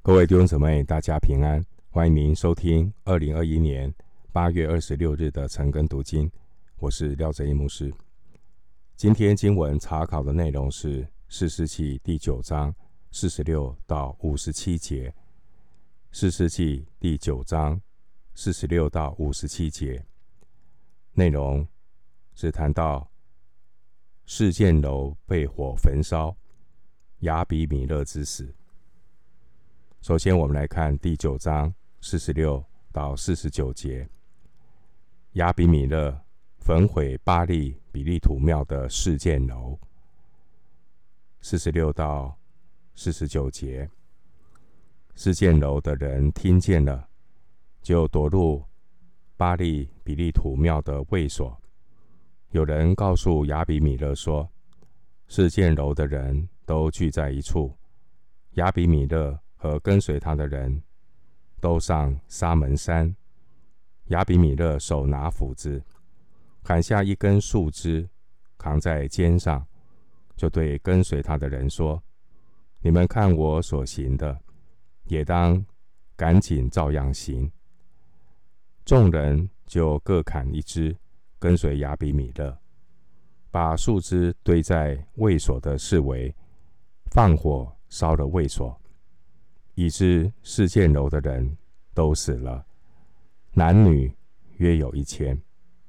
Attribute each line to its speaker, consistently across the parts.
Speaker 1: 各位弟兄姊妹，大家平安，欢迎您收听2021年8月26日的晨更读经，我是廖哲一牧师。今天经文查考的内容是士师记第9章46到57节。士师记第9章46到57节，内容是谈到示剑楼被火焚烧，亚比米勒之死。首先我们来看第9章46到49节，亚比米勒焚毁巴力比利土庙的示剑楼。46到49节，示剑楼的人听见了，就躲入巴力比利土庙的卫所。有人告诉亚比米勒说，示剑楼的人都聚在一处，亚比米勒和跟随他的人都上沙门山。亚比米勒手拿斧子，砍下一根树枝，扛在肩上，就对跟随他的人说：你们看我所行的，也当赶紧照样行。众人就各砍一枝，跟随亚比米勒，把树枝堆在卫所的四围，放火烧了卫所，以致示剑楼的人都死了，男女约有1000。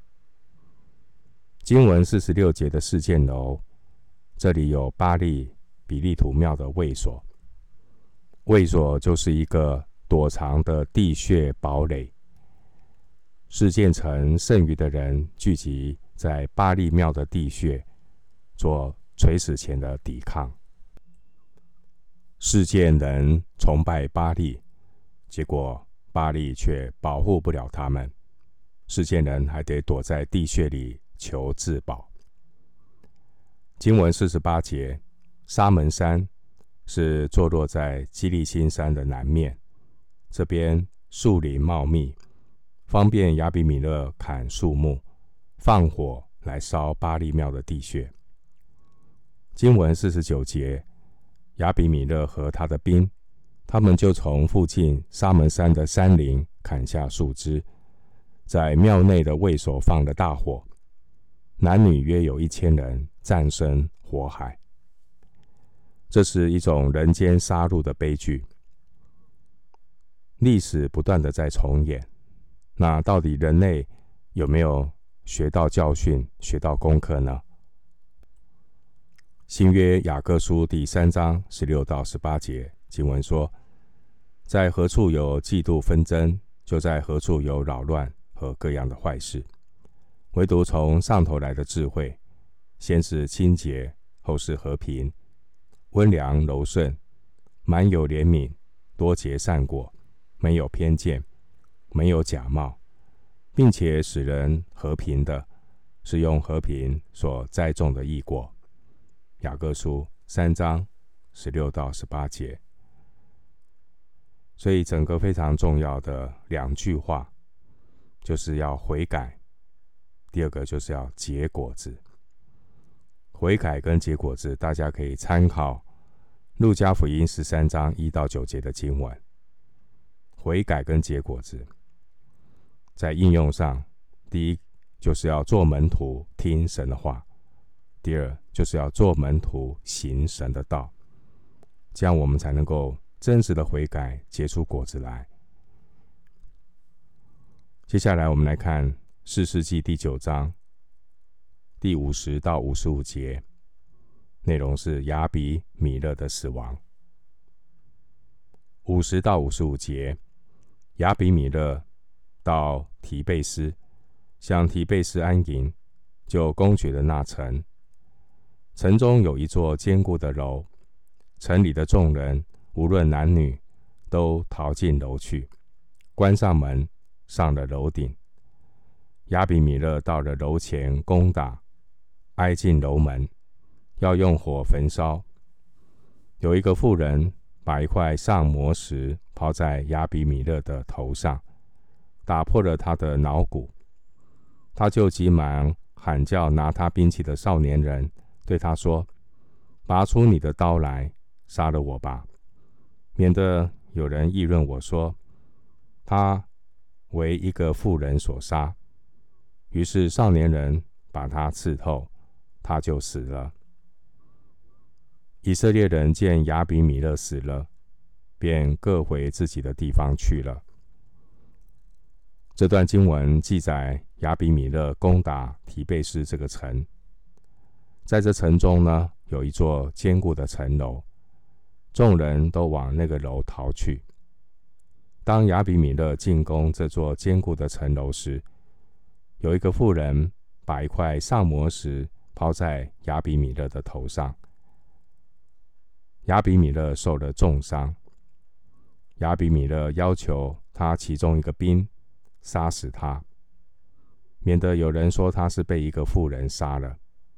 Speaker 1: 经文46节的示剑楼，这里有巴力比利土庙的卫所。卫所就是一个躲藏的地穴堡垒。示剑城剩余的人聚集在巴力庙的地穴，做垂死前的抵抗。示剑人崇拜巴力，结果巴力却保护不了他们，示剑人还得躲在地穴里求自保。经文48节，沙门山是坐落在基利心山的南面，这边树林茂密，方便亚比米勒砍树木，放火来烧巴力庙的地穴。经文49节，亚比米勒和他的兵，他们就从附近沙门山的山林砍下树枝，在庙内的卫所放了大火，男女约有1000人葬身火海。这是一种人间杀戮的悲剧，历史不断的在重演。那到底人类有没有学到教训、学到功课呢？新约雅各书第3章16到18节经文说，在何处有嫉妒纷争，就在何处有扰乱和各样的坏事。唯独从上头来的智慧，先是清洁，后是和平，温良柔顺，满有怜悯，多结善果，没有偏见，没有假冒，并且使人和平的，是用和平所栽种的义果。雅各书3章16到18节。所以整个非常重要的2句话，就是要悔改，第二个就是要结果子。悔改跟结果子，大家可以参考路加福音13章1到9节的经文。悔改跟结果子在应用上，第一就是要做门徒，听神的话；第二就是要做门徒，行神的道，这样我们才能够真实的悔改，结出果子来。接下来我们来看士师记第9章第50到55节，内容是亚比米勒的死亡。50到55节，亚比米勒到提贝斯，向提贝斯安营，就攻取了那城。城中有一座坚固的楼，城里的众人无论男女，都逃进楼去，关上门，上了楼顶。亚比米勒到了楼前攻打，挨进楼门，要用火焚烧。有一个妇人把一块上磨石抛在亚比米勒的头上，打破了他的脑骨。他就急忙喊叫拿他兵器的少年人，对他说：拔出你的刀来，杀了我吧，免得有人议论我说，他为一个妇人所杀，于是少年人把他刺透，他就死了。以色列人见亚比米勒死了，便各回自己的地方去了。这段经文记载亚比米勒攻打提贝斯这个城，在这城中呢，有一座坚固的城楼，众人都往那个楼逃去。当亚比米勒进攻这座坚固的城楼时，有一个妇人把一块上磨石抛在亚比米勒的头上，亚比米勒受了重伤。亚比米勒要求他其中一个兵杀死他，免得有人说他是被一个妇人杀了。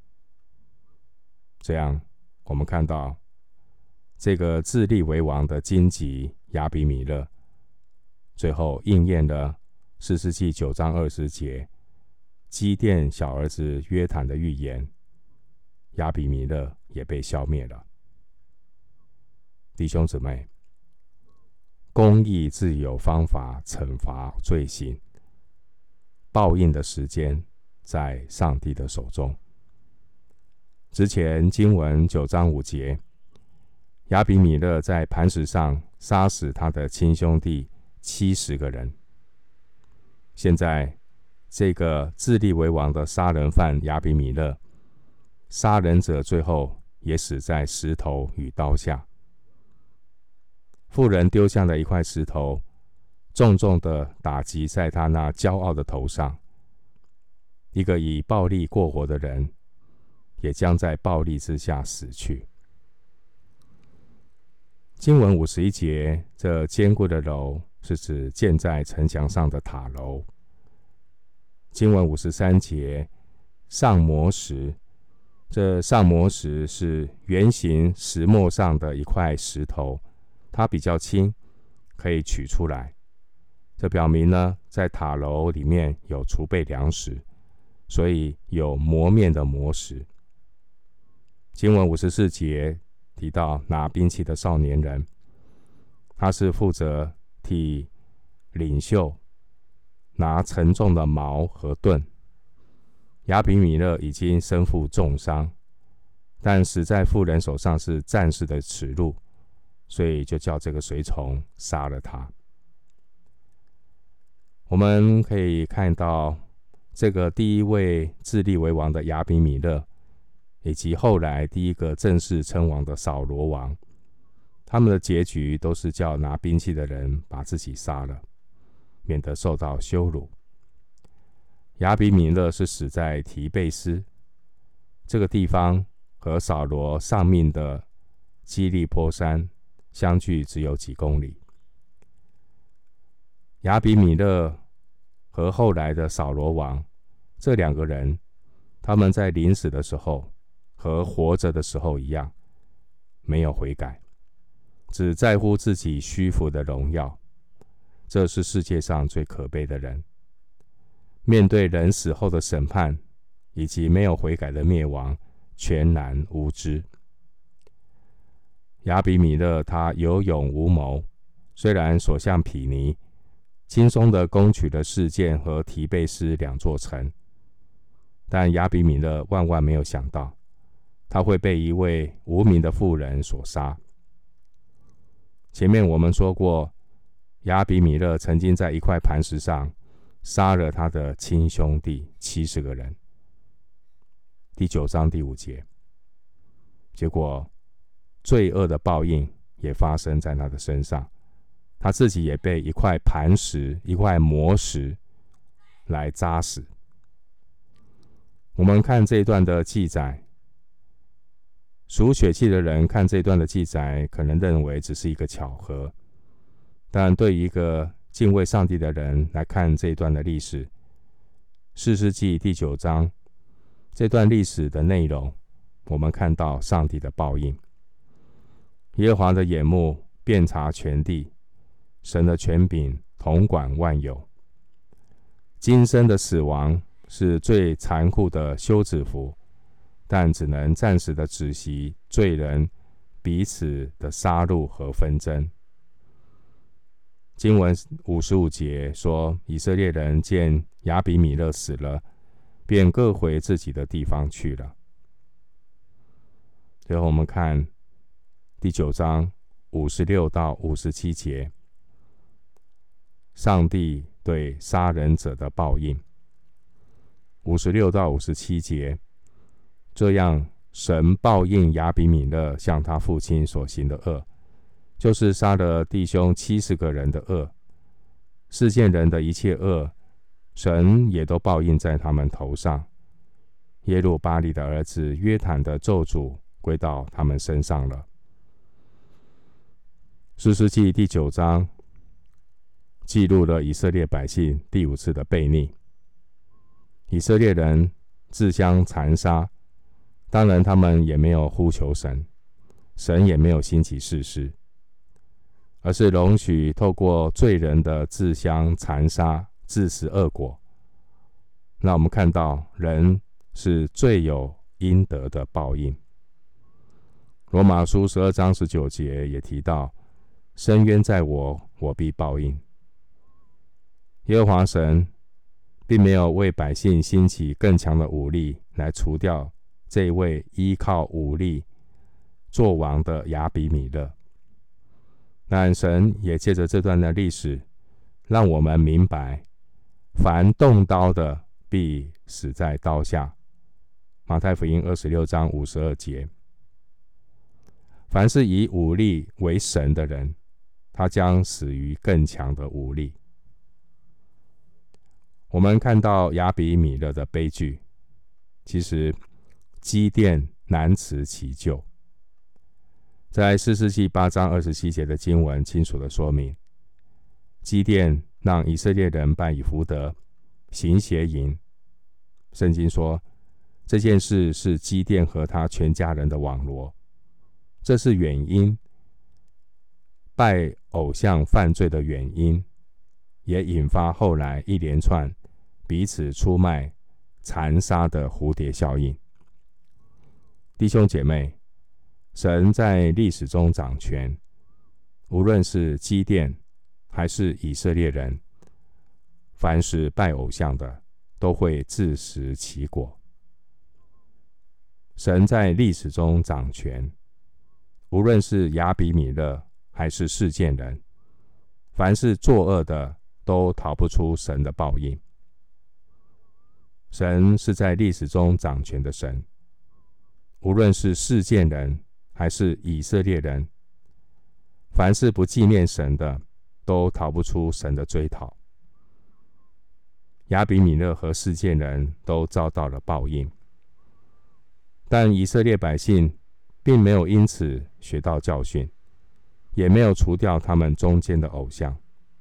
Speaker 1: 这样，我们看到这个自立为王的荆棘亚比米勒，最后应验了士师记9章20节基甸小儿子约坦的预言，亚比米勒也被消灭了。弟兄姊妹，公义自有方法惩罚罪行，报应的时间在上帝的手中。之前经文9章5节，亚比米勒在磐石上杀死他的亲兄弟70个人。现在这个自立为王的杀人犯亚比米勒，杀人者最后也死在石头与刀下。妇人丢下了一块石头，重重的打击在他那骄傲的头上。一个以暴力过活的人，也将在暴力之下死去。经文51节，这坚固的楼是指建在城墙上的塔楼。经文53节，上磨石，这上磨石是圆形石磨上的一块石头，它比较轻，可以取出来。这表明呢，在塔楼里面有储备粮食，所以有磨面的磨石。经文54节提到拿兵器的少年人，他是负责替领袖拿沉重的矛和盾。亚比米勒已经身负重伤，但死在妇人手上是战士的耻辱，所以就叫这个随从杀了他。我们可以看到，这个第一位自立为王的亚比米勒，以及后来第一个正式称王的扫罗王，他们的结局都是叫拿兵器的人把自己杀了，免得受到羞辱。亚比米勒是死在提贝斯这个地方，和扫罗丧命的基利波山相距只有几公里。亚比米勒和后来的扫罗王，这两个人，他们在临死的时候和活着的时候一样，没有悔改，只在乎自己虚浮的荣耀。这是世界上最可悲的人。面对人死后的审判，以及没有悔改的灭亡，全然无知。亚比米勒他有勇无谋，虽然所向披靡，轻松地攻取了示剑和提贝斯2座城，但亚比米勒万万没有想到，他会被一位无名的妇人所杀。前面我们说过，亚比米勒曾经在一块磐石上杀了他的亲兄弟70个人。第9章第5节，结果罪恶的报应也发生在他的身上，他自己也被一块磐石、一块磨石来扎死。我们看这一段的记载，属血气的人看这一段的记载，可能认为只是一个巧合，但对于一个敬畏上帝的人来看这一段的历史，士师记第9章这段历史的内容，我们看到上帝的报应。耶和华的眼目遍察全地，神的权柄统管万有。今生的死亡是最残酷的休止符，但只能暂时的止息罪人彼此的杀戮和纷争。 经文55节说，以色列人见亚比米勒死了，便各回自己的地方去了。最后我们看第9章56到57节，上帝对杀人者的报应。56到57节，这样神报应亚比米勒向他父亲所行的恶，就是杀了弟兄70个人的恶。世件人的一切恶，神也都报应在他们头上。耶路巴力的儿子约坦的咒诅归到他们身上了。士师记第9章记录了以色列百姓第5次的悖逆。以色列人自相残杀，当然他们也没有呼求神，神也没有兴起士师，而是容许透过罪人的自相残杀致死恶果。那我们看到人是罪有应得的报应。罗马书12章19节也提到，伸冤在我，我必报应。耶和华神并没有为百姓兴起更强的武力来除掉这位依靠武力作王的亚比米勒，但神也借着这段的历史，让我们明白，凡动刀的必死在刀下。马太福音26章52节，凡是以武力为神的人，他将死于更强的武力。我们看到亚比米勒的悲剧，其实基甸难辞其咎。在士师记8章27节的经文清楚的说明，基甸让以色列人拜以弗得，行邪淫。圣经说，这件事是基甸和他全家人的网罗，这是原因，拜偶像犯罪的原因，也引发后来一连串彼此出卖、残杀的蝴蝶效应。弟兄姐妹，神在历史中掌权，无论是基甸还是以色列人，凡是拜偶像的，都会自食其果。神在历史中掌权，无论是亚比米勒还是世件人，凡是作恶的，都逃不出神的报应。神是在历史中掌权的神，无论是世件人还是以色列人，凡是不纪念神的，都逃不出神的追讨。亚比米勒和世件人都遭到了报应，但以色列百姓并没有因此学到教训，也没有除掉他们中间的偶像。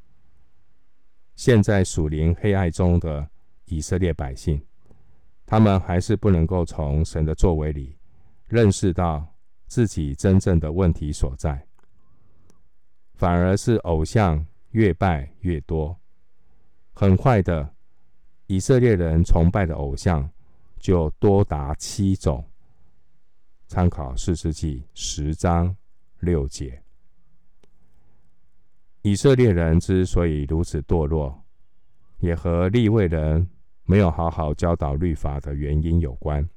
Speaker 1: 现在属灵黑暗中的以色列百姓，他们还是不能够从神的作为里认识到自己真正的问题所在，反而是偶像越拜越多。很快的，以色列人崇拜的偶像就多达7种。参考士师记10章6节。以色列人之所以如此堕落，也和利未人没有好好教导律法的原因有关。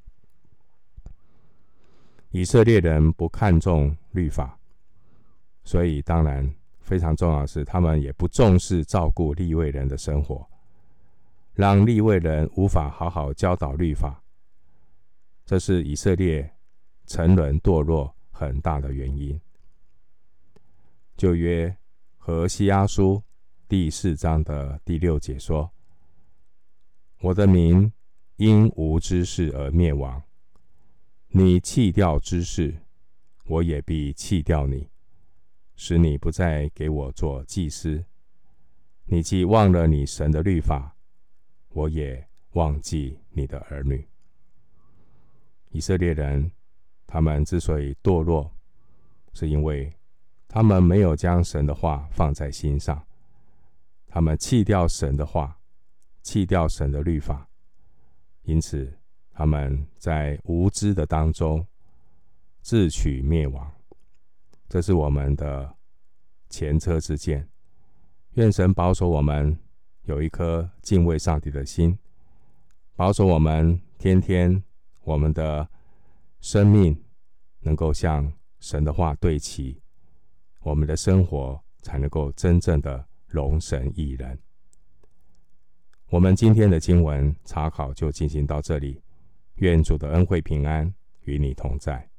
Speaker 1: 以色列人不看重律法，所以当然非常重要的是，他们也不重视照顾利未人的生活，让利未人无法好好教导律法。这是以色列沉沦堕落很大的原因。旧约何西阿书第4章的第6节说，我的民因无知识而灭亡，你弃掉知识，我也必弃掉你，使你不再给我做祭司。你既忘了你神的律法，我也忘记你的儿女。以色列人他们之所以堕落，是因为他们没有将神的话放在心上，他们弃掉神的话，弃掉神的律法，因此他们在无知的当中自取灭亡。这是我们的前车之鉴， 愿神保守我们有一颗敬畏上帝的心，保守我们天天我们的生命能够向神的话对齐，我们的生活才能够真正的荣神益人。我们今天的经文查考就进行到这里，愿主的恩惠平安与你同在。